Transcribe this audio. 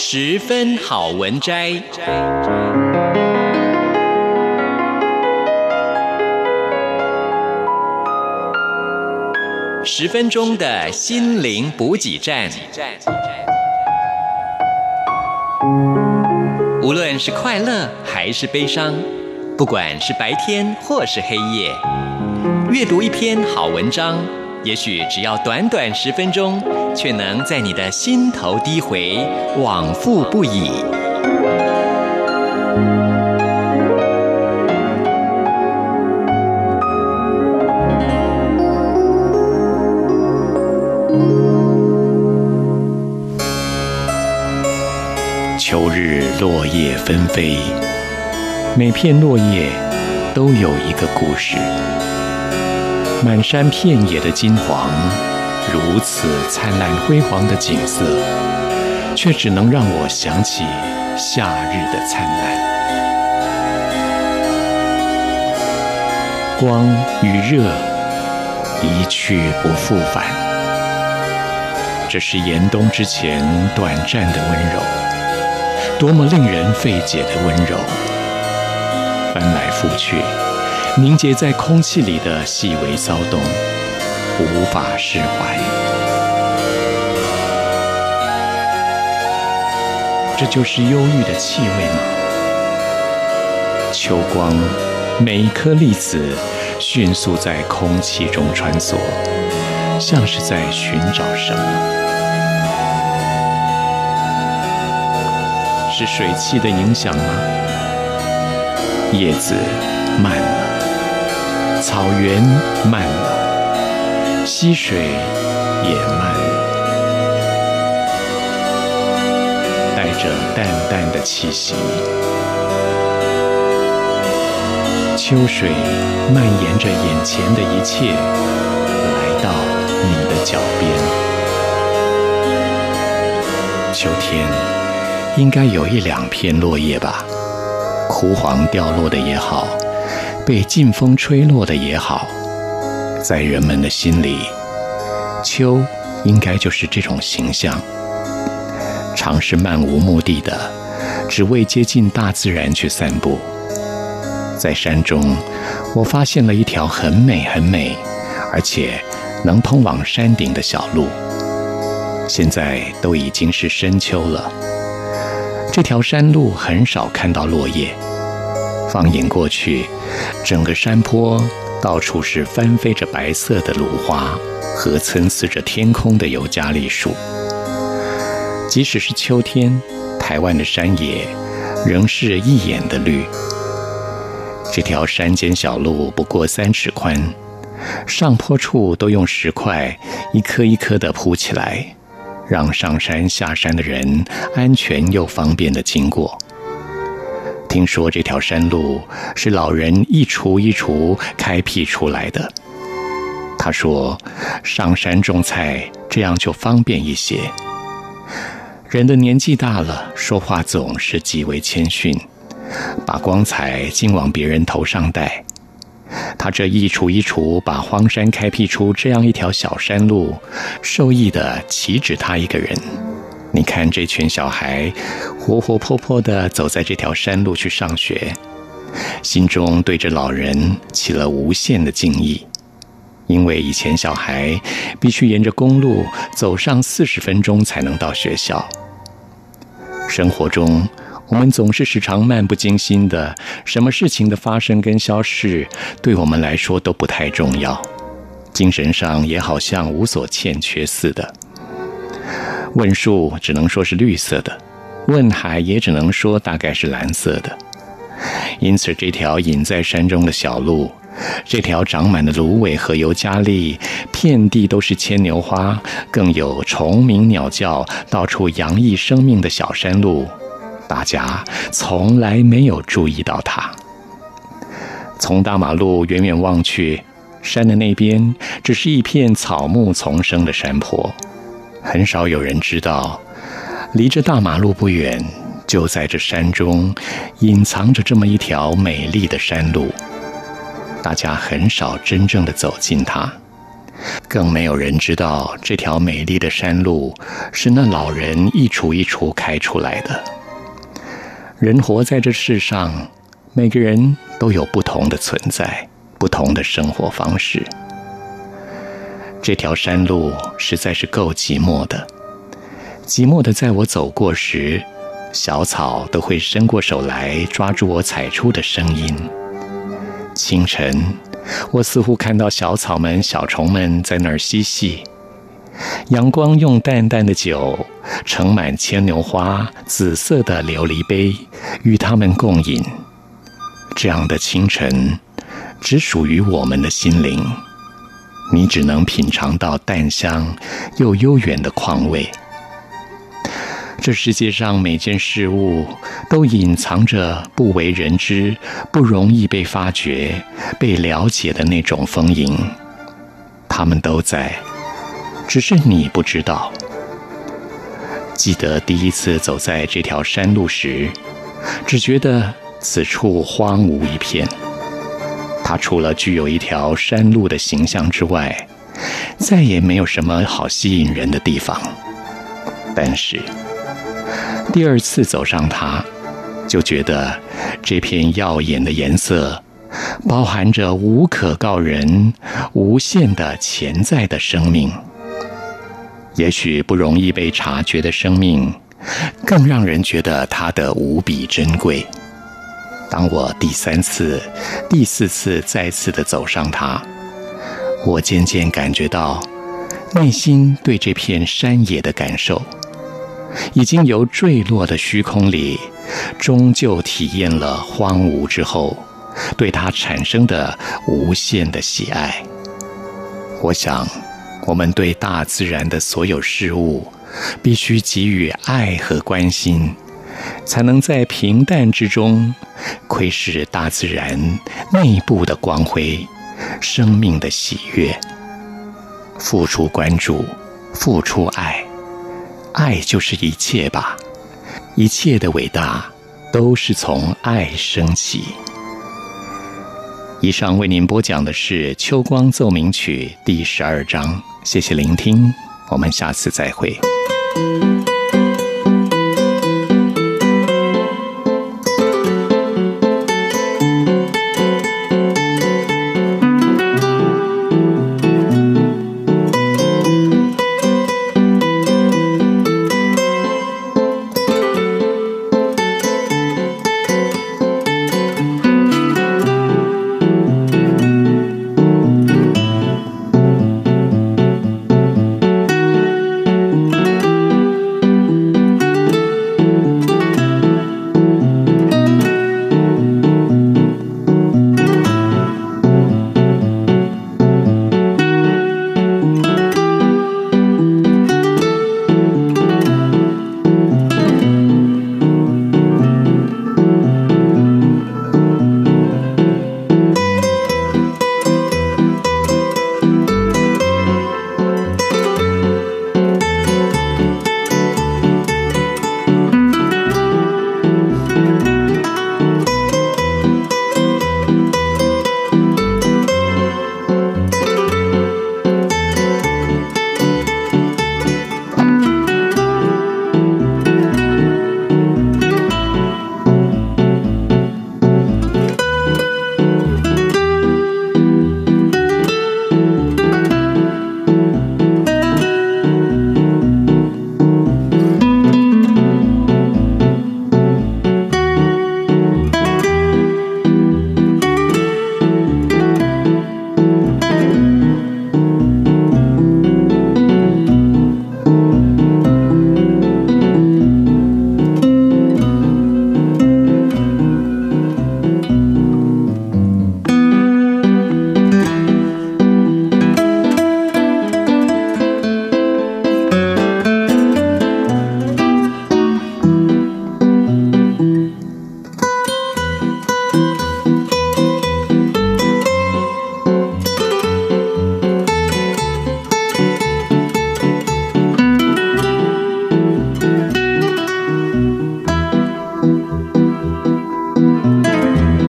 十分好文摘。10分钟的心灵补给站。无论是快乐还是悲伤，不管是白天或是黑夜，阅读一篇好文章，也许只要短短10分钟，却能在你的心头低回，往复不已。 秋日落叶纷飞，每片落叶都有一个故事。满山遍野的金黄，如此灿烂辉煌的景色，却只能让我想起夏日的灿烂。光与热一去不复返，这是严冬之前短暂的温柔，多么令人费解的温柔，翻来覆去，凝结在空气里的细微骚动，无法释怀。这就是忧郁的气味吗？秋光，每一颗粒子迅速在空气中穿梭，像是在寻找什么。是水汽的影响吗？叶子慢了，草原慢了，溪水也慢了，带着淡淡的气息。秋水蔓延着眼前的一切，来到你的脚边。秋天应该有1、2片落叶吧，枯黄掉落的也好，被劲风吹落的也好，在人们的心里，秋应该就是这种形象。常是漫无目的的，只为接近大自然去散步。在山中，我发现了一条很美很美，而且能通往山顶的小路。现在都已经是深秋了，这条山路很少看到落叶。放眼过去，整个山坡到处是翻飞着白色的芦花和参差着天空的尤加利树。即使是秋天，台湾的山野仍是一眼的绿。这条山间小路不过3尺宽，上坡处都用石块一颗一颗地铺起来，让上山下山的人安全又方便地经过。听说这条山路是老人一锄一锄开辟出来的。他说，上山种菜这样就方便一些。人的年纪大了，说话总是极为谦逊，把光彩尽往别人头上戴。他这一锄一锄把荒山开辟出这样一条小山路，受益的岂止他一个人。你看这群小孩活活泼泼地走在这条山路去上学，心中对着老人起了无限的敬意。因为以前小孩必须沿着公路走上40分钟才能到学校。生活中我们总是时常漫不经心的，什么事情的发生跟消逝对我们来说都不太重要，精神上也好像无所欠缺似的。问树只能说是绿色的，问海也只能说大概是蓝色的。因此这条隐在山中的小路，这条长满了芦苇和尤加利，遍地都是牵牛花，更有虫鸣鸟叫，到处洋溢生命的小山路，大家从来没有注意到它。从大马路远远望去，山的那边只是一片草木丛生的山坡，很少有人知道，离着大马路不远，就在这山中隐藏着这么一条美丽的山路。大家很少真正的走进它， 更没有人知道这条美丽的山路是那老人一锄一锄开出来的。人活在这世上，每个人都有不同的存在，不同的生活方式。这条山路实在是够寂寞的，寂寞的在我走过时，小草都会伸过手来抓住我踩出的声音。清晨，我似乎看到小草们、小虫们在那儿嬉戏。阳光用淡淡的酒盛满牵牛花紫色的琉璃杯，与它们共饮。这样的清晨只属于我们的心灵，你只能品尝到淡香又悠远的况味。这世界上每件事物都隐藏着不为人知、不容易被发觉、被了解的那种丰盈，它们都在，只是你不知道。记得第一次走在这条山路时，只觉得此处荒芜一片。它除了具有一条山路的形象之外，再也没有什么好吸引人的地方。但是第二次走上它，就觉得这片耀眼的颜色包含着无可告人、无限的潜在的生命。也许不容易被察觉的生命，更让人觉得它的无比珍贵。当我第三次、第四次再次地走上它，我渐渐感觉到内心对这片山野的感受，已经由坠落的虚空里，终究体验了荒芜之后对它产生的无限的喜爱。我想，我们对大自然的所有事物必须给予爱和关心，才能在平淡之中窥视大自然内部的光辉、生命的喜悦。付出关注，付出爱，爱就是一切吧。一切的伟大都是从爱升起。以上为您播讲的是《秋光奏鸣曲》第12章，谢谢聆听，我们下次再会。